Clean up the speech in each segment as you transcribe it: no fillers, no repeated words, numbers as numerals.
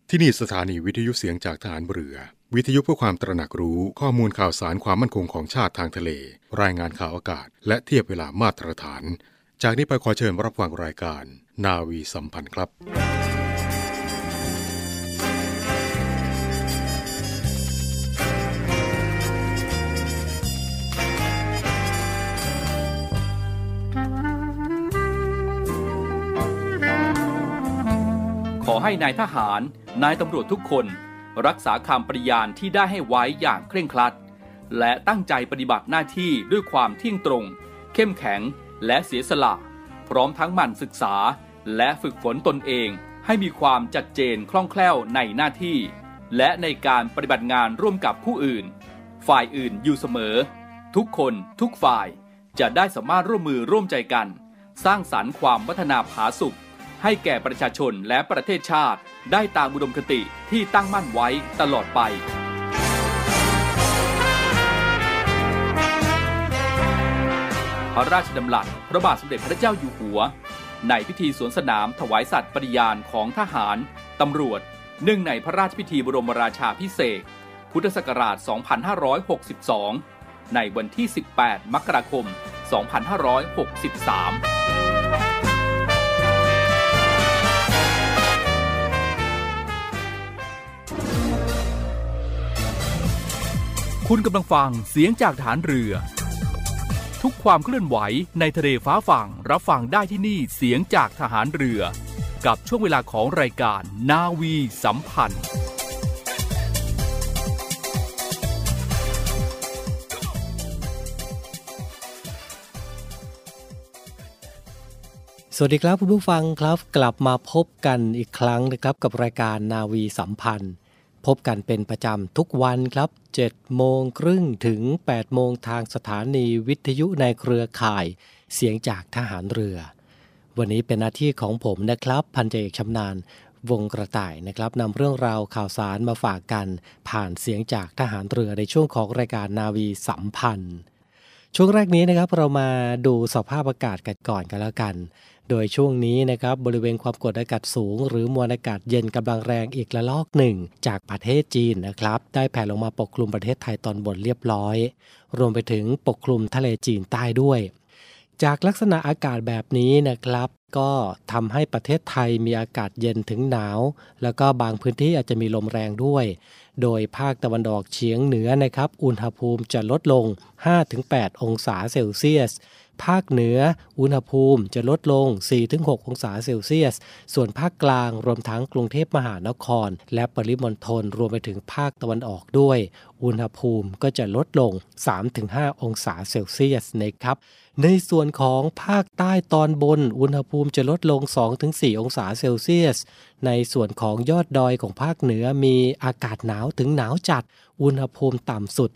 ที่นี่สถานีวิทยุเสียงจากทหารเรือวิทยุเพื่อความตระหนักรู้ข้อมูลข่าวสารความมั่นคงของชาติทางทะเลรายงานข่าวอากาศและเทียบเวลามาตรฐานจากนี้ไปขอเชิญรับฟังรายการนาวีสัมพันธ์ครับขอให้นายทหารนายตำรวจทุกคนรักษาคำปฏิญาณที่ได้ให้ไว้อย่างเคร่งครัดและตั้งใจปฏิบัติหน้าที่ด้วยความเที่ยงตรงเข้มแข็งและเสียสละพร้อมทั้งหมั่นศึกษาและฝึกฝนตนเองให้มีความชัดเจนคล่องแคล่วในหน้าที่และในการปฏิบัติงานร่วมกับผู้อื่นฝ่ายอื่นอยู่เสมอทุกคนทุกฝ่ายจะได้สามารถร่วมมือร่วมใจกันสร้างสรรค์ความพัฒนาผาสุกให้แก่ประชาชนและประเทศชาติได้ตามอุดมคติที่ตั้งมั่นไว้ตลอดไปพระราชดำรัสพระบาทสมเด็จพระเจ้าอยู่หัวในพิธีสวนสนามถวายสัตย์ปฏิญาณของทหารตำรวจเนื่องในพระราชพิธีบรมราชาภิเษกพุทธศักราช 2562 ในวันที่ 18 มกราคม 2563คุณกำลังฟังเสียงจากฐานเรือทุกความเคลื่อนไหวในทะเลฟ้าฝั่งรับฟังได้ที่นี่เสียงจากทหารเรือกับช่วงเวลาของรายการนาวีสัมพันธ์สวัสดีครับคุณผู้ฟังครับกลับมาพบกันอีกครั้งนะครับกับรายการนาวีสัมพันธ์พบกันเป็นประจำทุกวันครับ7:30ถึง8:00ทางสถานีวิทยุในเครือข่ายเสียงจากทหารเรือวันนี้เป็นหน้าที่ของผมนะครับพันจ่าเอกชำนาญวงกระต่ายนะครับนำเรื่องราวข่าวสารมาฝากกันผ่านเสียงจากทหารเรือในช่วงของรายการนาวีสัมพันธ์ช่วงแรกนี้นะครับเรามาดูสภาพอากาศกันก่อนกันแล้วกันโดยช่วงนี้นะครับบริเวณความกดอากาศสูงหรือมวลอากาศเย็นกำลังแรงอีกระลอกหนึ่งจากประเทศจีนนะครับได้แผ่ลงมาปกคลุมประเทศไทยตอนบนเรียบร้อยรวมไปถึงปกคลุมทะเลจีนใต้ด้วยจากลักษณะอากาศแบบนี้นะครับก็ทำให้ประเทศไทยมีอากาศเย็นถึงหนาวแล้วก็บางพื้นที่อาจจะมีลมแรงด้วยโดยภาคตะวันออกเฉียงเหนือนะครับอุณหภูมิจะลดลง 5-8 องศาเซลเซียสภาคเหนืออุณหภูมิจะลดลง 4-6 องศาเซลเซียสส่วนภาคกลางรวมทั้งกรุงเทพมหานครและปริมณฑลรวมไปถึงภาคตะวันออกด้วยอุณหภูมิก็จะลดลง 3-5 องศาเซลเซียสนะครับในส่วนของภาคใต้ตอนบนอุณหภูมิจะลดลง 2-4 องศาเซลเซียสในส่วนของยอดดอยของภาคเหนือมีอากาศหนาวถึงหนาวจัดอุณหภูมิต่ำสุด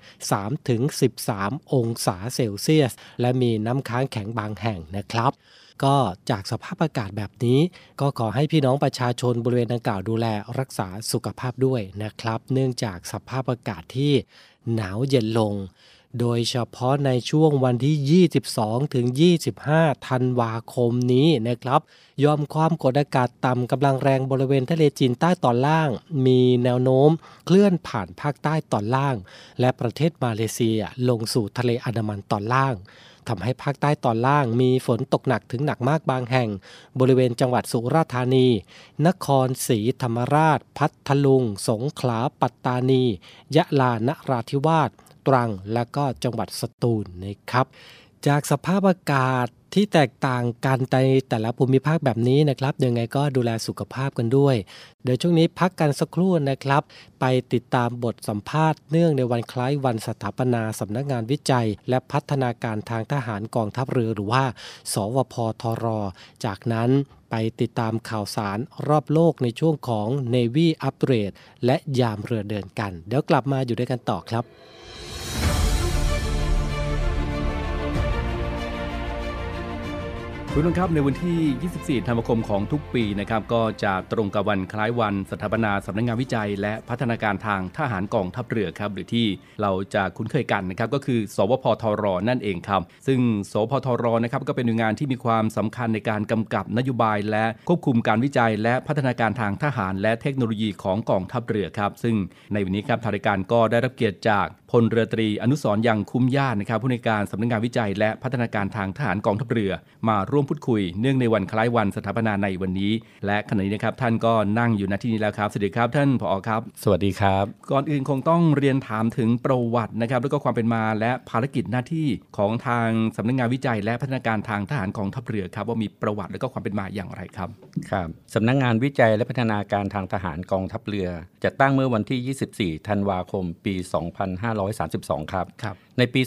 3-13 องศาเซลเซียสและมีน้ำค้างแข็งบางแห่งนะครับก็จากสภาพอากาศแบบนี้ก็ขอให้พี่น้องประชาชนบริเวณดังกล่าวดูแลรักษาสุขภาพด้วยนะครับเนื่องจากสภาพอากาศที่หนาวเย็นลงโดยเฉพาะในช่วงวันที่22ถึง25ธันวาคมนี้นะครับยอมความกดอากาศต่ำกำลังแรงบริเวณทะเลจีนใต้ตอนล่างมีแนวโน้มเคลื่อนผ่านภาคใต้ตอนล่างและประเทศมาเลเซียลงสู่ทะเลอันดามันตอนล่างทำให้ภาคใต้ตอนล่างมีฝนตกหนักถึงหนักมากบางแห่งบริเวณจังหวัดสุราษฎร์ธานีนครศรีธรรมราชพัทลุงสงขลาปัตตานียะลานราธิวาสตรังและก็จังหวัดสตูลนะครับจากสภาพอากาศที่แตกต่างกันในแต่ละภูมิภาคแบบนี้นะครับยังไงก็ดูแลสุขภาพกันด้วยเดี๋ยวช่วงนี้พักกันสักครู่นะครับไปติดตามบทสัมภาษณ์เนื่องในวันคล้ายวันสถาปนาสำนักงานวิจัยและพัฒนาการทางทหารกองทัพเรือหรือว่าสวพทร.จากนั้นไปติดตามข่าวสารรอบโลกในช่วงของ Navy Upgrade และยามเรือเดินกันเดี๋ยวกลับมาอยู่ด้วยกันต่อครับคุณผู้ชมครับในวันที่ 24 ธันวาคมของทุกปีนะครับก็จะตรงกับวันคล้ายวันสถาปนาสำนักงานวิจัยและพัฒนาการทางทหารกองทัพเรือครับหรือที่เราจะคุ้นเคยกันนะครับก็คือสวพทรนั่นเองครับซึ่งสวพทรนะครับก็เป็นหน่วยงานที่มีความสำคัญในการกำกับนโยบายและควบคุมการวิจัยและพัฒนาการทางทหารและเทคโนโลยีของกองทัพเรือครับซึ่งในวันนี้ครับทางรายการก็ได้รับเกียรติจากพลเรือตรีอนุสรณ์ยังคุ้มญาตินะครับผู้ในวยการสำนักงานวิจัยและพัฒนาการทางทหารกองทัพเรือมาร่วมพูดคุยเนื่องในวันคล้ายวันสถาปนาในวันนี้และขณะนี้นะครับท่านก็นั่งอยู่ณที่นี้แล้วครับสวัสดีครับท่านผอ.ครับสวัสดีครับก่อนอื่นคงต้องเรียนถามถึงประวัตินะครับแล้วก็ความเป็นมาและภารกิจหน้าที่ของทางสำนักงานวิจัยและพัฒนาการทางทหารกองทัพเรือครับว่ามีประวัติและก็ความเป็นมาอย่างไรครับครับสำนักงานวิจัยและพัฒนาการทางทหารกองทัพเรือจัดตั้งเมื่อวันที่ 24 ธันวาคม ปี 2532 ครับในปี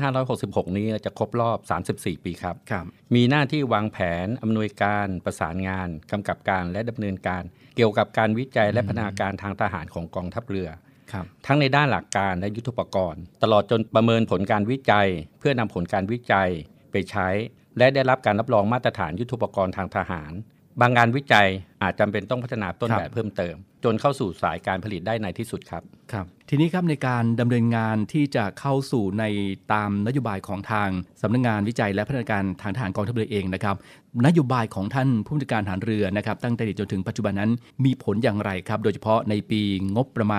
2566 นี้จะครบรอบ 34 ปีครับมีหน้าที่วางแผนอำนวยการประสานงานกำกับการและดำเนินการเกี่ยวกับการวิจัยและพัฒนาการทางทหารของกองทัพเรือทั้งในด้านหลักการและยุทโธปกรณ์ตลอดจนประเมินผลการวิจัยเพื่อนำผลการวิจัยไปใช้และได้รับการรับรองมาตรฐานยุทโธปกรณ์ทางทหารบางงานวิจัยอาจจำเป็นต้องพัฒนาต้นแบบเพิ่มเติมจนเข้าสู่สายการผลิตได้ในที่สุดครับทีนี้ครับในการดำเนินงานที่จะเข้าสู่ในตามนโยบายของทางสำนักงานวิจัยและพัฒนาการทางทหารกองทัพเรือเองนะครับนโยบายของท่านผู้บัญชาการทหารเรือนะครับตั้งแต่จนถึงปัจจุบันนั้นมีผลอย่างไรครับโดยเฉพาะในปีงบประมาณ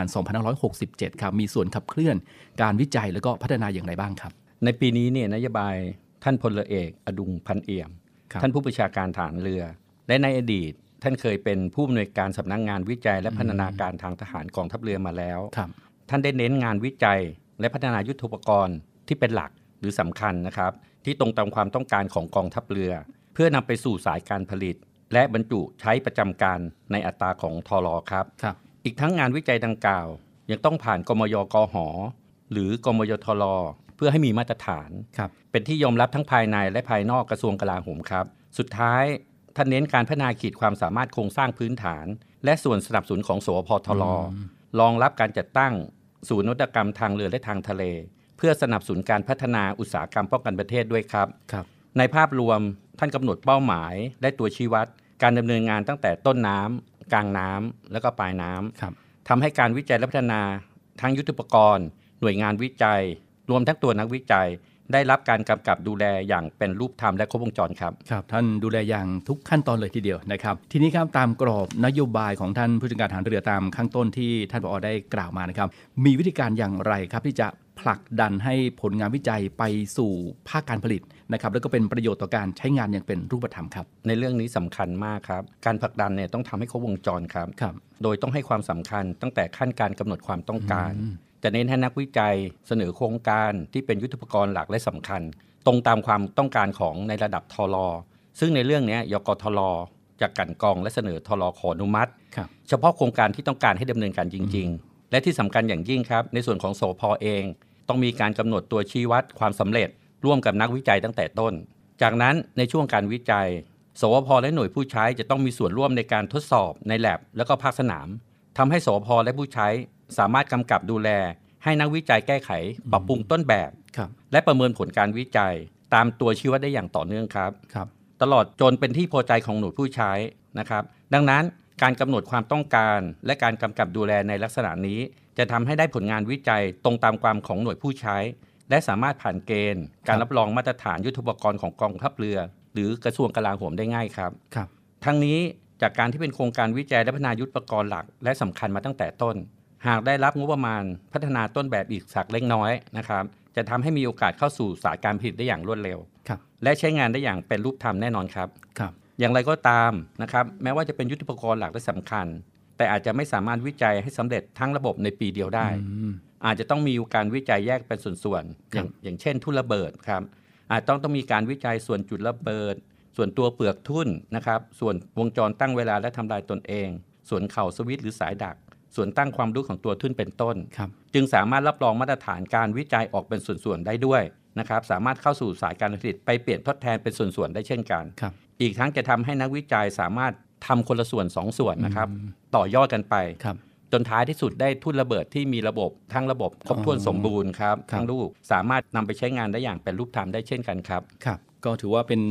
2567 ครับมีส่วนขับเคลื่อนการวิจัยและก็พัฒนาอย่างไรบ้างครับในปีนี้เนี่ยนโยบายท่านพลเรือเอกอดุงพันเอี่ยมท่านผู้บัญชาการทหารเรือและในอดีตท่านเคยเป็นผู้อำนวยการสำนักงานวิจัยและพัฒนาการทางทหารกองทัพเรือมาแล้วท่านได้เน้นงานวิจัยและพัฒนายุทโธปกรณ์ที่เป็นหลักหรือสำคัญนะครับที่ตรงตามความต้องการของกองทัพเรือเพื่อนำไปสู่สายการผลิตและบรรจุใช้ประจำการในอัตราของทร.ครับอีกทั้งงานวิจัยดังกล่าวยังต้องผ่านกมยกห.หรือกมยทร.เพื่อให้มีมาตรฐานเป็นที่ยอมรับทั้งภายในและภายนอกกระทรวงกลาโหมครับสุดท้ายท่านเน้นการพัฒนาขีดความสามารถโครงสร้างพื้นฐานและส่วนสนับสนุนของสวพทร.รองรับการจัดตั้งศูนย์นวัตกรรมทางเรือและทางทะเลเพื่อสนับสนุนการพัฒนาอุตสาหกรรมป้องกันประเทศด้วยครับในภาพรวมท่านกำหนดเป้าหมายและตัวชี้วัดการดำเนินงานตั้งแต่ต้นน้ำกลางน้ำและก็ปลายน้ำทำให้การวิจัยและพัฒนาทั้งยุทโธปกรณ์หน่วยงานวิจัยรวมทั้งตัวนักวิจัยได้รับการกำกับดูแลอย่างเป็นรูปธรรมและครบวงจรครับท่านดูแลอย่างทุกขั้นตอนเลยทีเดียวนะครับทีนี้ครับตามกรอบนโยบายของท่านผู้จัดการทหารเรือตามข้างต้นที่ท่านผอ.ได้กล่าวมานะครับมีวิธีการอย่างไรครับที่จะผลักดันให้ผลงานวิจัยไปสู่ภาคการผลิตนะครับแล้วก็เป็นประโยชน์ต่อการใช้งานอย่างเป็นรูปธรรมครับในเรื่องนี้สำคัญมากครับการผลักดันเนี่ยต้องทำให้ครบวงจรครับโดยต้องให้ความสำคัญตั้งแต่ขั้นการกำหนดความต้องการจะเน้นให้นักวิจัยเสนอโครงการที่เป็นยุทโธปกรณ์หลักและสำคัญตรงตามความต้องการของในระดับทร.ซึ่งในเรื่องนี้ยกทร.จะกลั่นกรองและเสนอทร.ขออนุมัติเฉพาะโครงการที่ต้องการให้ดำเนินการจริงๆและที่สำคัญอย่างยิ่งครับในส่วนของสพ.เองต้องมีการกำหนดตัวชี้วัดความสำเร็จร่วมกับนักวิจัยตั้งแต่ต้นจากนั้นในช่วงการวิจัยสวพ.และหน่วยผู้ใช้จะต้องมีส่วนร่วมในการทดสอบใน lab แล้วก็ภาคสนามทำให้สวพ.และผู้ใช้สามารถกำกับดูแลให้นักวิจัยแก้ไขปรับปรุงต้นแบบและประเมินผลการวิจัยตามตัวชี้วัดได้อย่างต่อเนื่องครับตลอดจนเป็นที่พอใจของหน่วยผู้ใช้นะครับดังนั้นการกำหนดความต้องการและการกำกับดูแลในลักษณะนี้จะทำให้ได้ผลงานวิจัยตรงตามความของหน่วยผู้ใช้และสามารถผ่านเกณฑ์การรับรองมาตรฐานยุทโธปกรณ์ของกองทัพเรือหรือกระทรวงกลาโหมได้ง่ายครับทั้งนี้จากการที่เป็นโครงการวิจัยและพัฒนายุทโธปกรณ์หลักและสำคัญมาตั้งแต่ต้นหากได้รับงบประมาณพัฒนาต้นแบบอีกสักเล็กน้อยนะครับจะทำให้มีโอกาสเข้าสู่สายการผลิตได้อย่างรวดเร็วและใช้งานได้อย่างเป็นรูปธรรมแน่นอนครับอย่างไรก็ตามนะครับแม้ว่าจะเป็นยุทโธปกรณ์หลักและสำคัญแต่อาจจะไม่สามารถวิจัยให้สำเร็จทั้งระบบในปีเดียวได้อาจจะต้องมีการวิจัยแยกเป็นส่วนๆอย่างเช่นทุ่นระเบิดครับอาจต้องมีการวิจัยส่วนจุดระเบิดส่วนตัวเปลือกทุ่นนะครับส่วนวงจรตั้งเวลาและทำลายตนเองส่วนเข่าสวิตช์หรือสายดักส่วนตั้งความรู้ของตัวทุ่นเป็นต้นจึงสามารถรับรองมาตรฐานการวิจัยออกเป็นส่วนๆได้ด้วยนะครับสามารถเข้าสู่สายการผลิตไปเปลี่ยนทดแทนเป็นส่วนๆได้เช่นกันอีกทั้งจะทำให้นักวิจัยสามารถทำคนละส่วน2 ส่วนนะครับต่อยอดกันไปจนท้ายที่สุดได้ทุ่นระเบิดที่มีระบบทั้งระบบครบถ้วนสมบูรณ์ครับทั้งลูกสามารถนำไปใช้งานได้อย่างเป็นรูปธรรมได้เช่นกันครับก็ถือว่าเป็น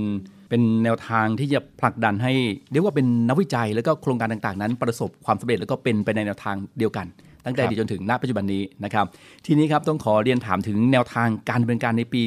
เป็นแนวทางที่จะผลักดันให้เรียกว่าเป็นนักวิจัยแล้วก็โครงการต่างๆนั้นประสบความสำเร็จแล้วก็เป็นไปในแนวทางเดียวกันตั้งแต่อดีตจนถึงณปัจจุบันนี้นะครับทีนี้ครับต้องขอเรียนถามถึงแนวทางการดำเนินการในปี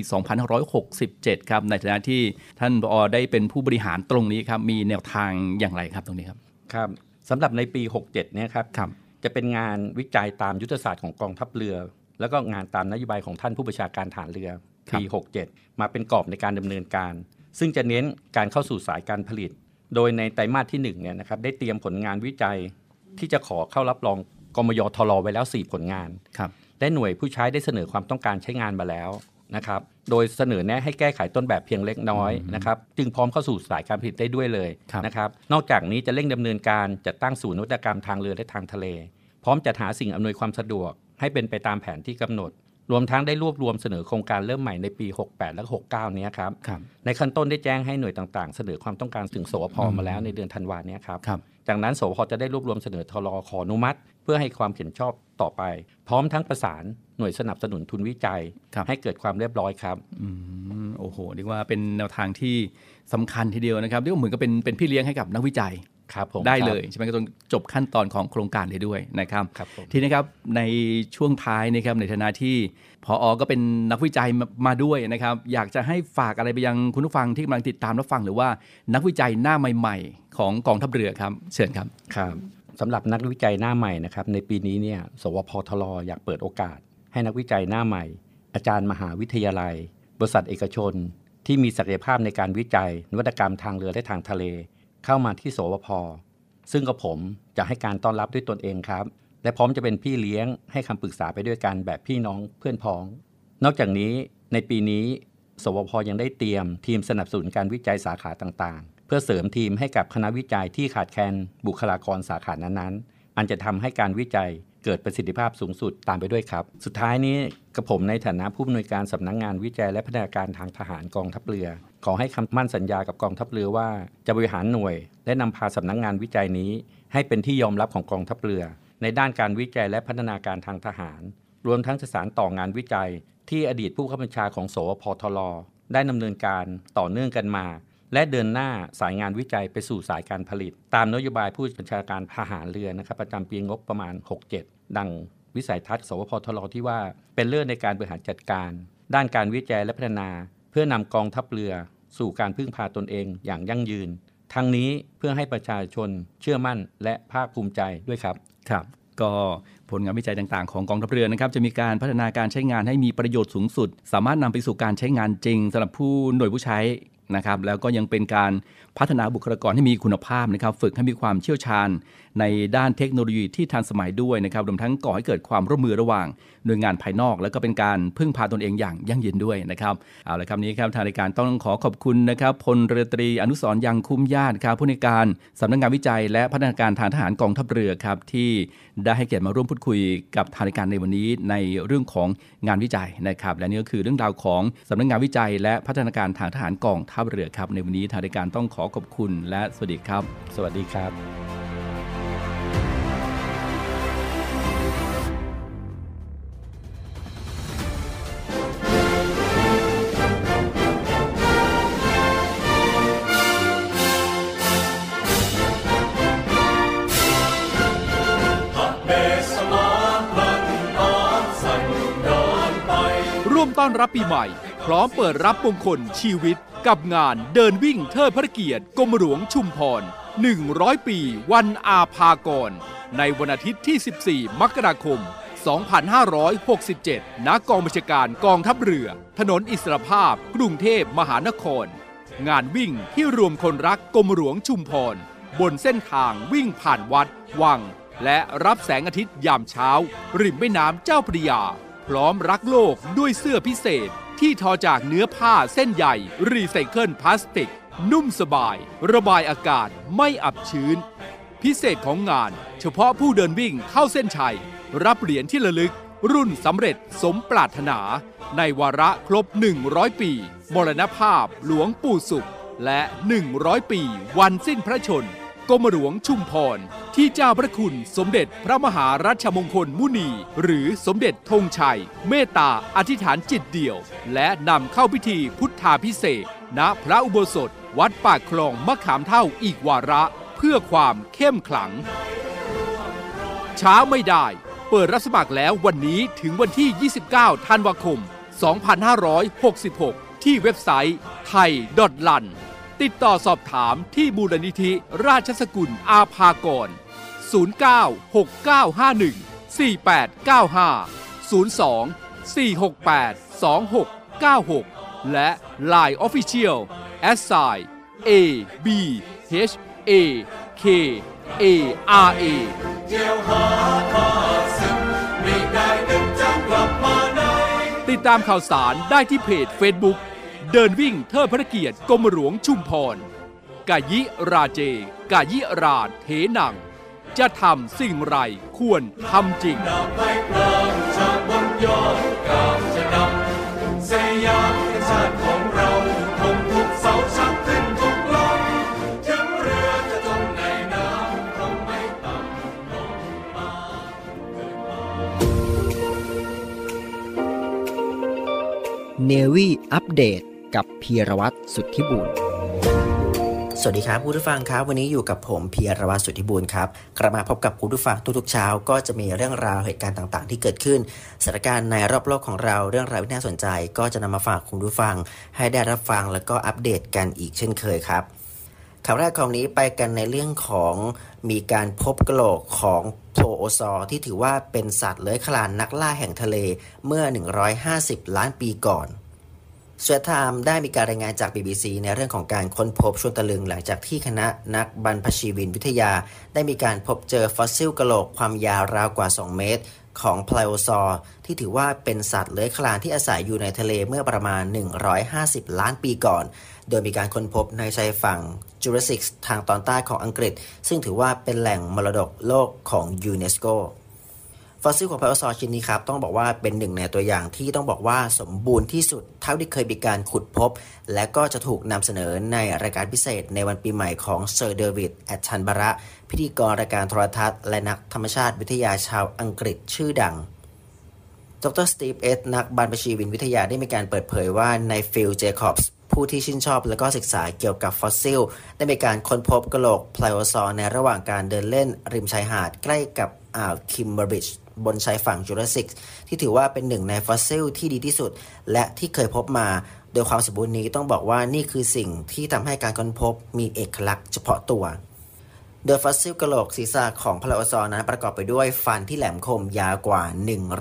2567 ครับในฐานะที่ท่านผอ.ได้เป็นผู้บริหารตรงนี้ครับมีแนวทางอย่างไรครับตรงนี้ครับครับสำหรับในปี 67 เนี่ยครับจะเป็นงานวิจัยตามยุทธศาสตร์ของกองทัพเรือแล้วก็งานตามนโยบายของท่านผู้บัญชาการทหารเรือปี 67 มาเป็นกรอบในการดำเนินการซึ่งจะเน้นการเข้าสู่สายการผลิตโดยในไตรมาสที่1เนี่ยนะครับได้เตรียมผลงานวิจัยที่จะขอเข้ารับรองกมยทลไว้แล้ว4ผลงานและหน่วยผู้ใช้ได้เสนอความต้องการใช้งานมาแล้วนะครับโดยเสนอแนะให้แก้ไขต้นแบบเพียงเล็กน้อยนะครับจึงพร้อมเข้าสู่สายการผลิตได้ด้วยเลยนะครับนอกจากนี้จะเร่งดำเนินการจัดตั้งศูนย์นวัตกรรมทางเรือและทางทะเลพร้อมจัดหาสิ่งอำนวยความสะดวกให้เป็นไปตามแผนที่กำหนดรวมทั้งได้รวบรวมเสนอโครงการเริ่มใหม่ในปี 68 และ 69 นี้ครับในขั้นต้นได้แจ้งให้หน่วยต่างๆเสนอความต้องการถึงสวพ.มาแล้วในเดือนธันวาคมนี้ครับจากนั้นสวพ.จะได้รวบรวมเสนอทล.ขออนุมัติเพื่อให้ความเห็นชอบต่อไปพร้อมทั้งประสานหน่วยสนับสนุนทุนวิจัยให้เกิดความเรียบร้อยครับโอ้โหเรียกว่าเป็นแนวทางที่สำคัญทีเดียวนะครับเรียกว่าเหมือนกับเป็นพี่เลี้ยงให้กับนักวิจัยได้เลยใช่ไหมก็ต้องจบขั้นตอนของโครงการเลยด้วยนะครับทีนี้ครับในช่วงท้ายนะครับในฐานะที่ผอ.ก็เป็นนักวิจัยมาด้วยนะครับอยากจะให้ฝากอะไรไปยังคุณผู้ฟังที่กำลังติดตามรับฟังหรือว่านักวิจัยหน้าใหม่ๆของกองทัพเรือครับเชิญครับครับสำหรับนักวิจัยหน้าใหม่นะครับในปีนี้เนี่ยสวพทล.อยากเปิดโอกาสให้นักวิจัยหน้าใหม่อาจารย์มหาวิทยาลัยบริษัทเอกชนที่มีศักยภาพในการวิจัยนวัตกรรมทางเรือและทางทะเลเข้ามาที่สวพ.ซึ่งกับผมจะให้การต้อนรับด้วยตนเองครับและพร้อมจะเป็นพี่เลี้ยงให้คำปรึกษาไปด้วยกันแบบพี่น้องเพื่อนพ้องนอกจากนี้ในปีนี้สวพ.ยังได้เตรียมทีมสนับสนุนการวิจัยสาขาต่างๆเพื่อเสริมทีมให้กับคณะวิจัยที่ขาดแคลนบุคลากรสาขานั้นๆอันจะทำให้การวิจัยเกิดประสิทธิภาพสูงสุดตามไปด้วยครับสุดท้ายนี้กับผมในฐานะผู้อำนวยการสำนักงานวิจัยและพัฒนาการทางทหารกองทัพเรือขอให้คำมั่นสัญญากับกองทัพเรือว่าจะบริหารหน่วยและนำพาสำนักงานวิจัยนี้ให้เป็นที่ยอมรับของกองทัพเรือในด้านการวิจัยและพัฒนาการทางทหารรวมทั้งจะสานต่องานวิจัยที่อดีตผู้บัญชาการของสวพทล.ได้ดำเนินการต่อเนื่องกันมาและเดินหน้าสายงานวิจัยไปสู่สายการผลิตตามนโยบายผู้บัญชาการทหารเรือนะครับประจำปีงบประมาณ 67 ดังวิสัยทัศน์สวพทล.ที่ว่าเป็นเรื่องในการบริหารจัดการด้านการวิจัยและพัฒนาเพื่อนำกองทัพเรือสู่การพึ่งพาตนเองอย่างยั่งยืนทั้งนี้เพื่อให้ประชาชนเชื่อมั่นและภาคภูมิใจด้วยครับครับก็ผลงานวิจัยต่างๆของกองทัพเรือนะครับจะมีการพัฒนาการใช้งานให้มีประโยชน์สูงสุดสามารถนำไปสู่การใช้งานจริงสำหรับหน่วยผู้ใช้นะครับแล้วก็ยังเป็นการพัฒนาบุคลากรให้มีคุณภาพนะครับฝึกให้มีความเชี่ยวชาญในด้านเทคโนโลยีที่ทันสมัยด้วยนะครับรวมทั้งก่อให้เกิดความร่วมมือระหว่างหน่วยงานภายนอกแล้วก็เป็นการพึ่งพาตนเองอย่างยั่งยืนด้วยนะครับเอาละครับนี้ครับทางรายการต้องขอขอบคุณนะครับพลเรือตรีอนุสรณ์ยังคุ้มญาติครับผู้ในการสำนักงานวิจัยและพัฒนาการทางทหารกองทัพเรือครับที่ได้ให้เกียรติมาร่วมพูดคุยกับทางรายการในวันนี้ในเรื่องของงานวิจัยนะครับและนี่ก็คือเรื่องราวของสำนักงานวิจัยและพัฒนาการทางทหารกองทัพเรือครับในวันนี้ทางรายการต้องขอขอบคุณและสวัสดีครับสวัสดีครับต้อนรับปีใหม่พร้อมเปิดรับมงคลชีวิตกับงานเดินวิ่งเทิดพระเกียรติกรมหลวงชุมพร100 ปีวันอาภากรในวันอาทิตย์ที่14 มกราคม 2567 ณ กองบัญชาการกองทัพเรือถนนอิสรภาพกรุงเทพมหานครงานวิ่งที่รวมคนรักกรมหลวงชุมพรบนเส้นทางวิ่งผ่านวัดวังและรับแสงอาทิตย์ยามเช้าริมแม่น้ำเจ้าพระยาพร้อมรักโลกด้วยเสื้อพิเศษที่ทอจากเนื้อผ้าเส้นใยรีไซเคิลพลาสติกนุ่มสบายระบายอากาศไม่อับชื้นพิเศษของงานเฉพาะผู้เดินวิ่งเข้าเส้นชัยรับเหรียญที่ระลึกรุ่นสำเร็จสมปรารถนาในวาระครบ100 ปีมรณภาพหลวงปู่ศุกร์และ100 ปีวันสิ้นพระชนม์กรมหลวงชุมพรที่เจ้าพระคุณสมเด็จพระมหารัชมงคลมุนีหรือสมเด็จธงชัยเมตตาอธิษฐานจิตเดี่ยวและนำเข้าพิธีพุทธาภิเษกณพระอุโบสถวัดปากคลองมะขามเท่าอีกวาระเพื่อความเข้มขลังช้าไม่ได้เปิดรับสมัครแล้ววันนี้ถึงวันที่ 29 ธันวาคม 2566 ที่เว็บไซต์ thai.lan ติดต่อสอบถามที่มูลนิธิราชสกุลอาภากร 0969514895 02-468-2696 และ Line Official @ABHAKARAติดตามข่าวสารได้ที่เพจ Facebook เดินวิ่งเทิดพระเกียรติกรมหลวงชุมพรกายิราเจกายิราเถนังจะทำสิ่งไรควรทำจริงสยามเป็นชาติของเราคงทุกเสาชักขึ้นทุกลำถึงเรือจะจมในน้ำคงไม่ต่ำลงมาเนวี่อัปเดตกับพีรวัตรสุทธิบุญสวัสดีครับคุณผู้ฟังครับวันนี้อยู่กับผมพีรวัตรสุทธิบุญครับกลับมาพบกับคุณผู้ฟังทุกๆเช้าก็จะมีเรื่องราวเหตุการณ์ต่างๆที่เกิดขึ้นสถานการณ์ในรอบโลกของเราเรื่องราวที่น่าสนใจก็จะนำมาฝากคุณผู้ฟังให้ได้รับฟังแล้วก็อัปเดตกันอีกเช่นเคยครับข่าวแรกของนี้ไปกันในเรื่องของมีการพบกะโหลกของโพโอซอร์ที่ถือว่าเป็นสัตว์เลื้อยคลานนักล่าแห่งทะเลเมื่อ150ล้านปีก่อนสวีเดนไทม์ได้มีการรายงานจาก BBC ในเรื่องของการค้นพบชวนตะลึงหลังจากที่คณะนักบรรพชีวินวิทยาได้มีการพบเจอฟอสซิลกะโหลกความยาวราวกว่า2เมตรของไพลโอซอร์ที่ถือว่าเป็นสัตว์เลื้อยคลานที่อาศัยอยู่ในทะเลเมื่อประมาณ150ล้านปีก่อนโดยมีการค้นพบในชายฝั่งจูราสสิกทางตอนใต้ของอังกฤษซึ่งถือว่าเป็นแหล่งมรดกโลกของยูเนสโกฟอสซิลของไพลโอซอร์ชิ้นนี้ครับต้องบอกว่าเป็นหนึ่งในตัวอย่างที่ต้องบอกว่าสมบูรณ์ที่สุดเท่าที่เคยมีการขุดพบและก็จะถูกนำเสนอในรายการพิเศษในวันปีใหม่ของเซอร์เดวิดแอตชันบาระพิธีกรรายการโทรทัศน์และนักธรรมชาติวิทยาชาวอังกฤษชื่อดังดร.สตีฟ เอสนักบรรพชีวินวิทยาได้มีการเปิดเผยว่าในฟิล เจคอบส์ผู้ที่ชื่นชอบและก็ศึกษาเกี่ยวกับฟอสซิลได้มีการค้นพบกะโหลกไพลโอซอร์ในระหว่างการเดินเล่นริมชายหาดใกล้กับอ่าวคิมเบริดจ์บนชายฝั่งจูราสสิกที่ถือว่าเป็นหนึ่งในฟอสซิลที่ดีที่สุดและที่เคยพบมาโดยความสมบูรณ์นี้ต้องบอกว่านี่คือสิ่งที่ทำให้การค้นพบมีเอกลักษณ์เฉพาะตัวโดยฟอสซิลกะโหลกศีรษะของไพลโอซอร์นั้นประกอบไปด้วยฟันที่แหลมคมยาวกว่า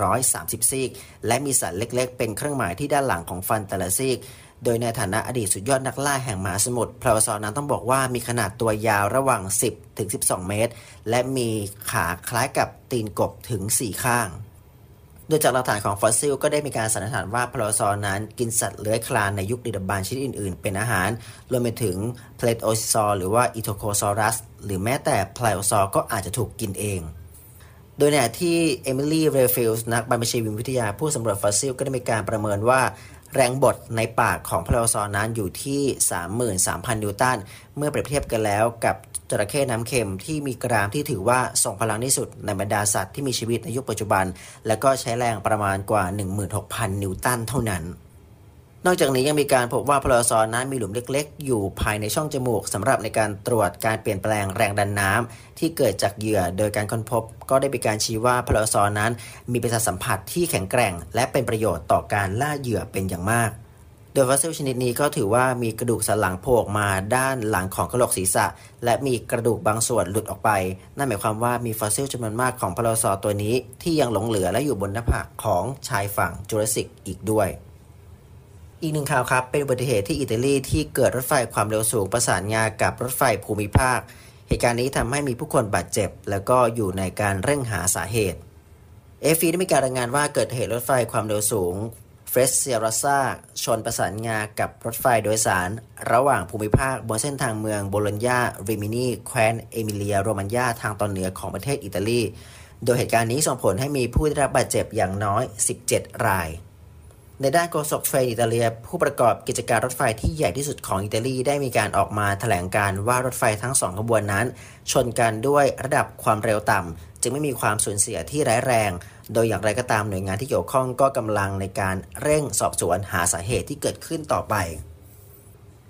130ซี่และมีสันเล็กๆเป็นเครื่องหมายที่ด้านหลังของฟันแต่ละซี่โดยในฐานะอดีตสุดยอดนักล่าแห่งมหาสมุทรไพลโอซอร์นั้นต้องบอกว่ามีขนาดตัวยาวระหว่าง10 ถึง 12 เมตรและมีขาคล้ายกับตีนกบถึง4ข้างโดยจากหลักฐานของฟอสซิลก็ได้มีการสันนิษฐานว่าไพลโอซอร์นั้นกินสัตว์เลื้อยคลานในยุคดึกดำบรรพ์ชนิดอื่นๆเป็นอาหารรวมไปถึงเพลโอซอร์หรือว่าอีโทโคซอรัสหรือแม้แต่ไพลโอซอร์ก็อาจจะถูกกินเองโดยในที่เอมิลี่ เรฟิลส์นักบรรพชีววิทยาผู้สำรวจฟอสซิลก็ได้มีการประเมินว่าแรงบดในปากของไพลโอซอร์นั้นอยู่ที่ 33,000 นิวตันเมื่อเปรียบเทียบกันแล้วกับจระเข้น้ำเค็มที่มีกรามที่ถือว่าทรงพลังที่สุดในบรรดาสัตว์ที่มีชีวิตในยุคปัจจุบันและก็ใช้แรงประมาณกว่า 16,000 นิวตันเท่านั้นนอกจากนี้ยังมีการพบว่าไพลโอซอร์นั้นมีหลุมเล็กๆอยู่ภายในช่องจมูกสำหรับในการตรวจการเปลี่ยนแปลงแรงดันน้ำที่เกิดจากเหยื่อโดยการค้นพบก็ได้มีการชี้ว่าไพลโอซอร์นั้นมีประสาทสัมผัสที่แข็งแกร่งและเป็นประโยชน์ต่อการล่าเหยื่อเป็นอย่างมากโดยฟอสซิลชนิดนี้ก็ถือว่ามีกระดูกสันหลังโผล่ออกมาด้านหลังของกะโหลกศีรษะและมีกระดูกบางส่วนหลุดออกไปนั่นหมายความว่ามีฟอสซิลจำนวนมากของไพลโอซอร์ตัวนี้ที่ยังหลงเหลือและอยู่บนหน้าผากของชายฝั่งจูราสสิกอีกด้วยอีกหนึ่งข่าวครับเป็นอุบัติเหตุที่อิตาลีที่เกิดรถไฟความเร็วสูงประสานงากับรถไฟภูมิภาคเหตุการณ์นี้ทำให้มีผู้คนบาดเจ็บแล้วก็อยู่ในการเร่งหาสาเหตุAFPได้มีการรายงานว่าเกิดเหตุรถไฟความเร็วสูงเฟรเซียราซาชนประสานงากับรถไฟโดยสารระหว่างภูมิภาคบนเส้นทางเมืองโบโลญญาริมินีแคว้นเอมิเลียโรมันญาทางตอนเหนือของประเทศอิตาลีโดยเหตุการณ์นี้ส่งผลให้มีผู้ได้รับบาดเจ็บอย่างน้อย17รายในด้านโฆษกเทรนอิตาเลียผู้ประกอบกิจการรถไฟที่ใหญ่ที่สุดของอิตาลีได้มีการออกมาแถลงการว่ารถไฟทั้ง2ขบวนนั้นชนกันด้วยระดับความเร็วต่ำจึงไม่มีความสูญเสียที่ร้ายแรงโดยอย่างไรก็ตามหน่วยงานที่เกี่ยวข้องก็กำลังในการเร่งสอบสวนหาสาเหตุที่เกิดขึ้นต่อไปท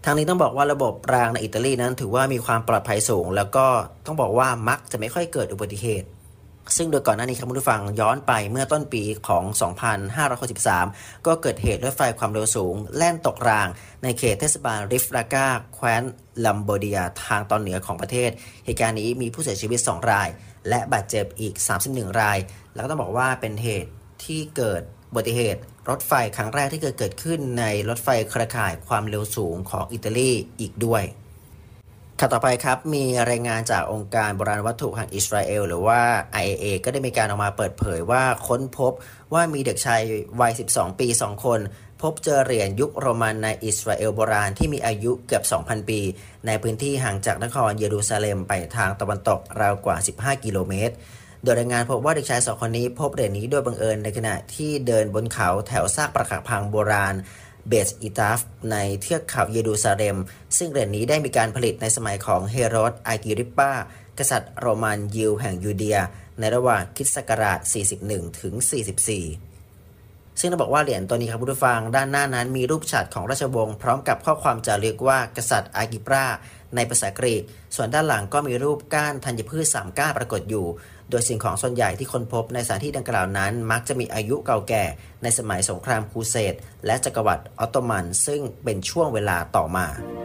ทางนี้ต้องบอกว่าระบบรางในอิตาลีนั้นถือว่ามีความปลอดภัยสูงแล้วก็ต้องบอกว่ามักจะไม่ค่อยเกิดอุบัติเหตุซึ่งโดยก่อนหน้านี้ครับคุณผู้ฟังย้อนไปเมื่อต้นปีของ 2563 ก็เกิดเหตุรถไฟความเร็วสูงแล่นตกรางในเขตเทศบาลริฟรากาแคว้นลัมโบเดียทางตอนเหนือของประเทศเหตุการณ์นี้มีผู้เสียชีวิต2รายและบาดเจ็บอีก31รายแล้วก็ต้องบอกว่าเป็นเหตุที่เกิดอุบัติเหตุรถไฟครั้งแรกที่เกิดขึ้นในรถไฟเครือข่ายความเร็วสูงของอิตาลีอีกด้วยข่าวต่อไปครับมีรายงานจากองค์การโบราณวัตถุแห่งอิสราเอลหรือว่า IAA ก็ได้มีการออกมาเปิดเผยว่าค้นพบว่ามีเด็กชายวัย12 ปี2คนพบเจอเหรียญยุคโรมันในอิสราเอลโบราณที่มีอายุเกือบ 2,000 ปีในพื้นที่ห่างจากนครเยรูซาเล็มไปทางตะวันตกราวกว่า15กิโลเมตรโดยรายงานพบว่าเด็กชาย2คนนี้พบเหรียญนี้โดยบังเอิญในขณะที่เดินบนเขาแถวซากปรักหักพังโบราณเบสอิตาฟในเทือกเขาเยรูซาเล็มซึ่งเหรียญนี้ได้มีการผลิตในสมัยของเฮโรดอากิริปปากษัตริย์โรมันยิวแห่งยูเดียในระหว่างคริสต์ศักราช41ถึง44ซึ่งต้องบอกว่าเหรียญตัวนี้ครับผู้ฟังด้านหน้านั้นมีรูปฉัตรของราชวงศ์พร้อมกับข้อความจารึกว่ากษัตริย์อากิปราในภาษากรีกส่วนด้านหลังก็มีรูปก้านธัญพืช3ก้านปรากฏอยู่โดยสิ่งของส่วนใหญ่ที่ค้นพบในสถานที่ดังกล่าวนั้นมักจะมีอายุเก่าแก่ในสมัยสงครามครูเสดและจักรวรรดิออตโตมันซึ่งเป็นช่วงเวลาต่อมา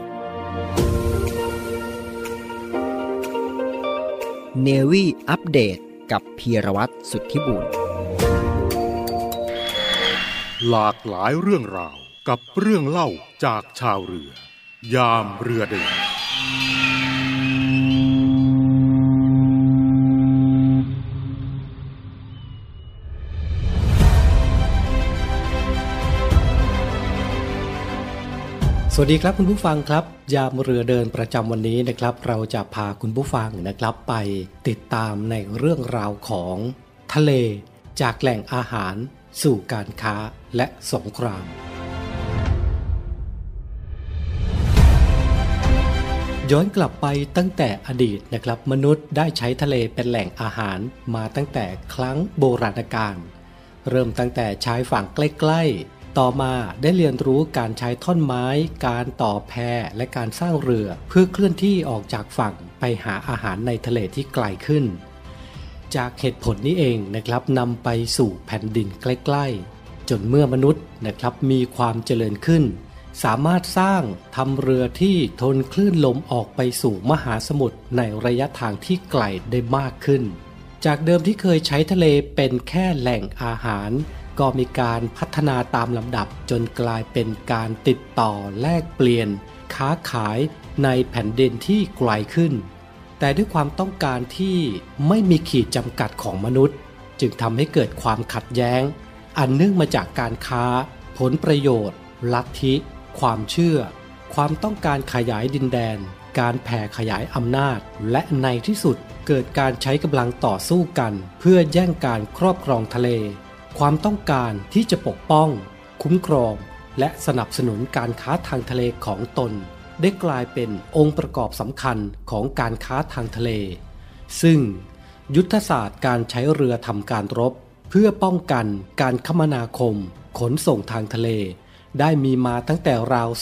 Navy อัปเดตกับพีรวัตรสุทธิบุญหลากหลายเรื่องราวกับเรื่องเล่าจากชาวเรือยามเรือเดินสวัสดีครับคุณผู้ฟังครับยามเรือเดินประจำวันนี้นะครับเราจะพาคุณผู้ฟังนะครับไปติดตามในเรื่องราวของทะเลจากแหล่งอาหารสู่การค้าและสงครามย้อนกลับไปตั้งแต่อดีตนะครับมนุษย์ได้ใช้ทะเลเป็นแหล่งอาหารมาตั้งแต่ครั้งโบราณกาลเริ่มตั้งแต่ชายฝั่งใกล้ๆต่อมาได้เรียนรู้การใช้ท่อนไม้การต่อแพและการสร้างเรือเพื่อเคลื่อนที่ออกจากฝั่งไปหาอาหารในทะเลที่ไกลขึ้นจากเหตุผลนี้เองนะครับนำไปสู่แผ่นดินใกล้ๆจนเมื่อมนุษย์นะครับมีความเจริญขึ้นสามารถสร้างทำเรือที่ทนคลื่นลมออกไปสู่มหาสมุทรในระยะทางที่ไกลได้มากขึ้นจากเดิมที่เคยใช้ทะเลเป็นแค่แหล่งอาหารก็มีการพัฒนาตามลำดับจนกลายเป็นการติดต่อแลกเปลี่ยนค้าขายในแผ่นดินที่ไกลขึ้นแต่ด้วยความต้องการที่ไม่มีขีดจำกัดของมนุษย์จึงทำให้เกิดความขัดแย้งอันเนื่องมาจากการค้าผลประโยชน์ลัทธิความเชื่อความต้องการขยายดินแดนการแผ่ขยายอำนาจและในที่สุดเกิดการใช้กำลังต่อสู้กันเพื่อแย่งการครอบครองทะเลความต้องการที่จะปกป้องคุ้มครองและสนับสนุนการค้าทางทะเลของตนได้กลายเป็นองค์ประกอบสำคัญของการค้าทางทะเลซึ่งยุทธศาสตร์การใช้เรือทำการรบเพื่อป้องกันการคมนาคมขนส่งทางทะเลได้มีมาตั้งแต่ราว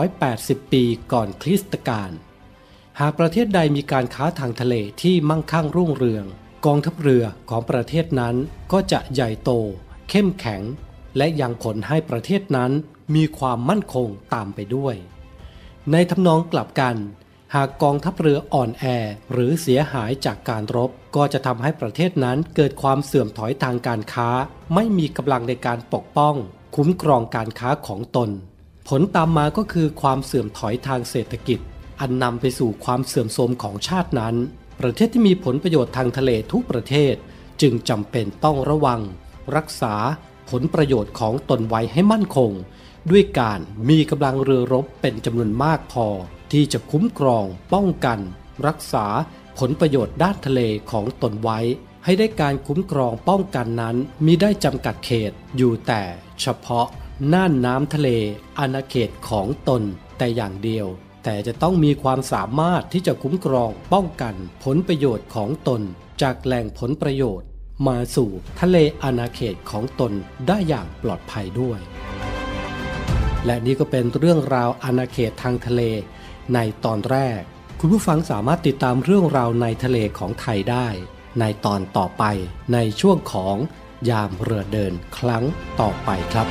480ปีก่อนคริสตกาลหากประเทศใดมีการค้าทางทะเลที่มั่งคั่งรุ่งเรืองกองทัพเรือของประเทศนั้นก็จะใหญ่โตเข้มแข็งและยังผลให้ประเทศนั้นมีความมั่นคงตามไปด้วยในทำนองกลับกันหากกองทัพเรืออ่อนแอหรือเสียหายจากการรบก็จะทำให้ประเทศนั้นเกิดความเสื่อมถอยทางการค้าไม่มีกำลังในการปกป้องคุ้มครองการค้าของตนผลตามมาก็คือความเสื่อมถอยทางเศรษฐกิจอันนำไปสู่ความเสื่อมโทรมของชาตินั้นประเทศที่มีผลประโยชน์ทางทะเลทุกประเทศจึงจำเป็นต้องระวังรักษาผลประโยชน์ของตนไว้ให้มั่นคงด้วยการมีกำลังเรือรบเป็นจำนวนมากพอที่จะคุ้มครองป้องกันรักษาผลประโยชน์ด้านทะเลของตนไว้ให้ได้การคุ้มครองป้องกันนั้นมิได้จำกัดเขตอยู่แต่เฉพาะน่านน้ำทะเลอาณาเขตของตนแต่อย่างเดียวแต่จะต้องมีความสามารถที่จะคุ้มครองป้องกันผลประโยชน์ของตนจากแหล่งผลประโยชน์มาสู่ทะเลอาณาเขตของตนได้อย่างปลอดภัยด้วยและนี่ก็เป็นเรื่องราวอาณาเขตทางทะเลในตอนแรกคุณผู้ฟังสามารถติดตามเรื่องราวในทะเลของไทยได้ในตอนต่อไปในช่วงของยามเรือเดินครั้งต่อไปครับ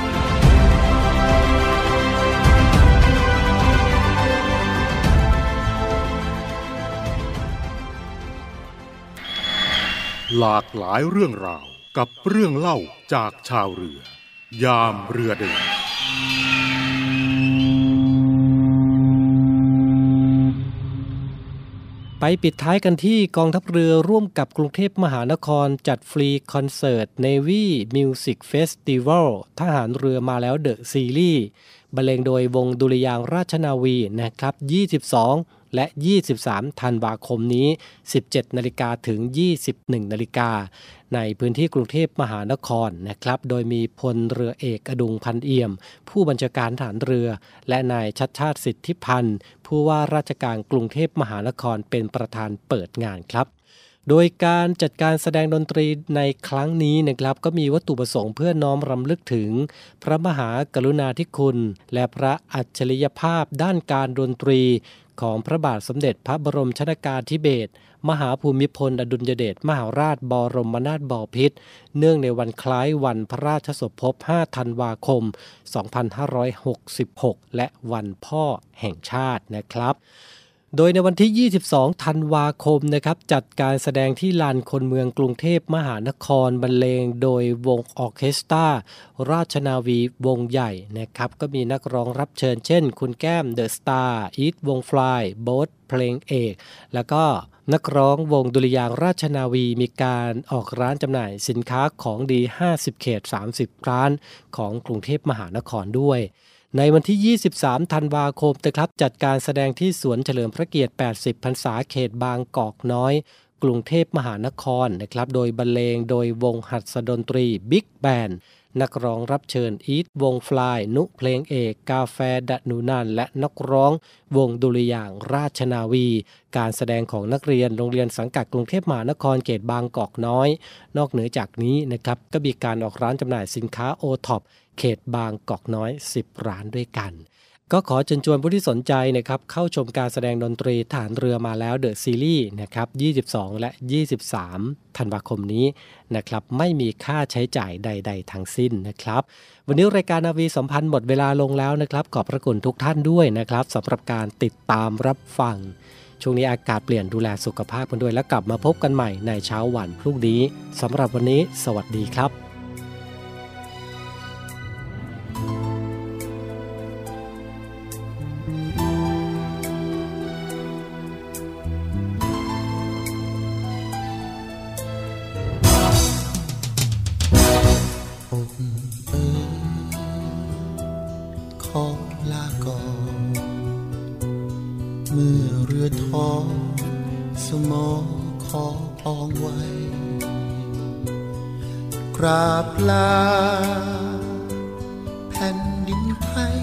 หลากหลายเรื่องราวกับเรื่องเล่าจากชาวเรือยามเรือเดินไปปิดท้ายกันที่กองทัพเรือร่วมกับกรุงเทพมหานครจัดฟรีคอนเสิร์ต Navy Music Festival ทหารเรือมาแล้วเดอะซีรีส์บรรเลงโดยวงดุริยางค์ราชนาวีนะครับ22และ23ธันวาคมนี้ 17:00 น.ถึง 21:00 น.ในพื้นที่กรุงเทพมหานครนะครับโดยมีพลเรือเอกอดุงพันเอี่ยมผู้บัญชาการทหารเรือและนายชัชชาติสิทธิพันธ์ผู้ว่าราชการกรุงเทพมหานครเป็นประธานเปิดงานครับโดยการจัดการแสดงดนตรีในครั้งนี้นะครับก็มีวัตถุประสงค์เพื่อน้อมรำลึกถึงพระมหากรุณาธิคุณและพระอัจฉริยภาพด้านการดนตรีของพระบาทสมเด็จพระบรมชนกาธิเบศรมหาภูมิพลอดุลยเดชมหาราชบรมนาถบพิตรเนื่องในวันคล้ายวันพระราชสมภพ5ธันวาคม2566และวันพ่อแห่งชาตินะครับโดยในวันที่22ธันวาคมนะครับจัดการแสดงที่ลานคนเมืองกรุงเทพมหานครบรรเลงโดยวงออร์เคสตราราชนาวีวงใหญ่นะครับก็มีนักร้องรับเชิญเช่นคุณแก้มเดอะสตาร์อีทวงฟลายโบ๊ทเพลงเอกแล้วก็นักร้องวงดุริยางค์ราชนาวีมีการออกร้านจำหน่ายสินค้าของดี50เขต30ร้านของกรุงเทพมหานครด้วยในวันที่23ธันวาคมนะครับจัดการแสดงที่สวนเฉลิมพระเกียรติ80พรรษาเขตบางกอกน้อยกรุงเทพมหานครนะครับโดยบรรเลงโดยวงหัสดนตรีบิ๊กแบนด์นักร้องรับเชิญอีทวงฟลายนุเพลงเอกกาแฟดะนูนันและนักร้องวงดุริยางค์ราชนาวีการแสดงของนักเรียนโรงเรียนสังกัดกรุงเทพมหานครเขตบางกอกน้อยนอกเหนือจากนี้นะครับก็มีการออกร้านจำหน่ายสินค้าโอท็อปเขตบางกอกน้อย10ร้านด้วยกันก็ขอเชิญชวนผู้ที่สนใจนะครับเข้าชมการแสดงดนตรีทหารเรือมาแล้วเดอะซีรีส์นะครับ22และ23ธันวาคมนี้นะครับไม่มีค่าใช้จ่ายใดๆทั้งสิ้นนะครับวันนี้รายการนาวีสัมพันธ์หมดเวลาลงแล้วนะครับขอบพระคุณทุกท่านด้วยนะครับสำหรับการติดตามรับฟังช่วงนี้อากาศเปลี่ยนดูแลสุขภาพกันด้วยแล้วกลับมาพบกันใหม่ในเช้าวันพรุ่งนี้สำหรับวันนี้สวัสดีครับขอลาก่อนเมื่อเรือท้อสมอขอปองไว้กราบลาแผ่นดินไทย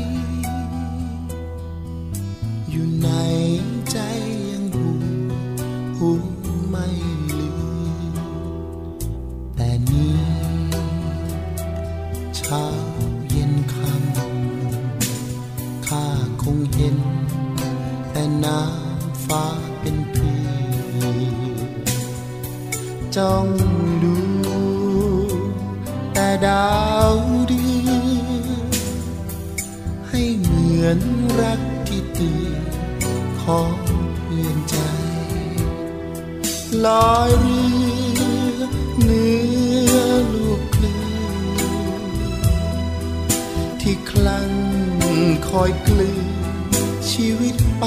อยู่ในใจยังหูไม่ลืมแต่นี้เช้าเย็นค่ำข้าคงเห็นแต่น้ำฟ้าเป็นผีจ้องดูแต่ดาวเดือนให้เหมือนรักที่ตื่นของเพื่อนใจลอยเรือเหนือลูกคลื่นที่คลั่งคอยกลืนชีวิตไป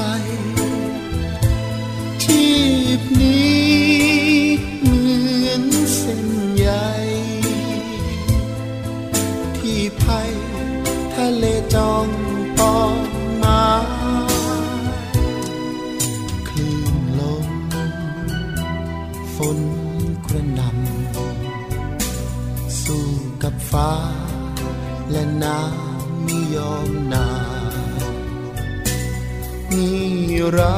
ชีพนี้เหมือนเส้นใยที่ภัยทะเลจ้องปองมาคลื่นลมฝนกระหน่ำสู้กับฟ้าและน้ำไม่ยอมนานนี่เรา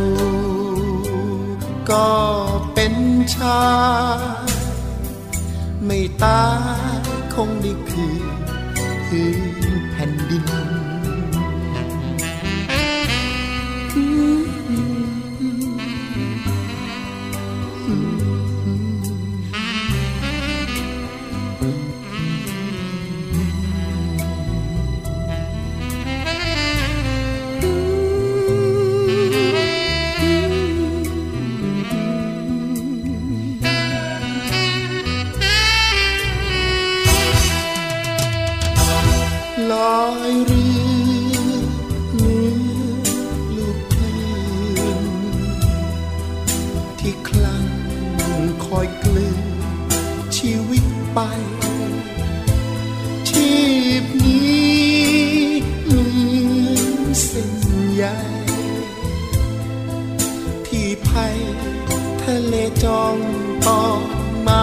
ก็เป็นชายไม่ตายคงได้คืนพื้นแผ่นดินอยเรือเนื้อลูกคลื่นที่คลั่งคอยกลืนชีวิตไปชีพนี้เหมือนเส้นใยที่ภัยทะเลจ้องต่อมา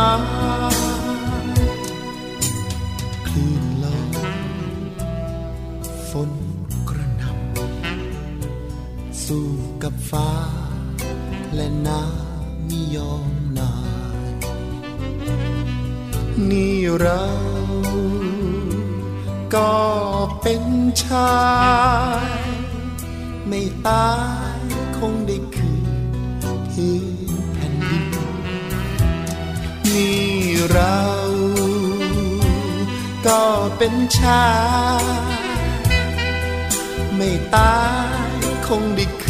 คลื่นลมฝนกระหน่ำสู้กับฟ้าและน้ำไม่ยอมนายนี่เราก็เป็นชายไม่ตายคงได้คืนพื้นแผ่นดินนี่เราก็เป็นชายไม่ตายคงได้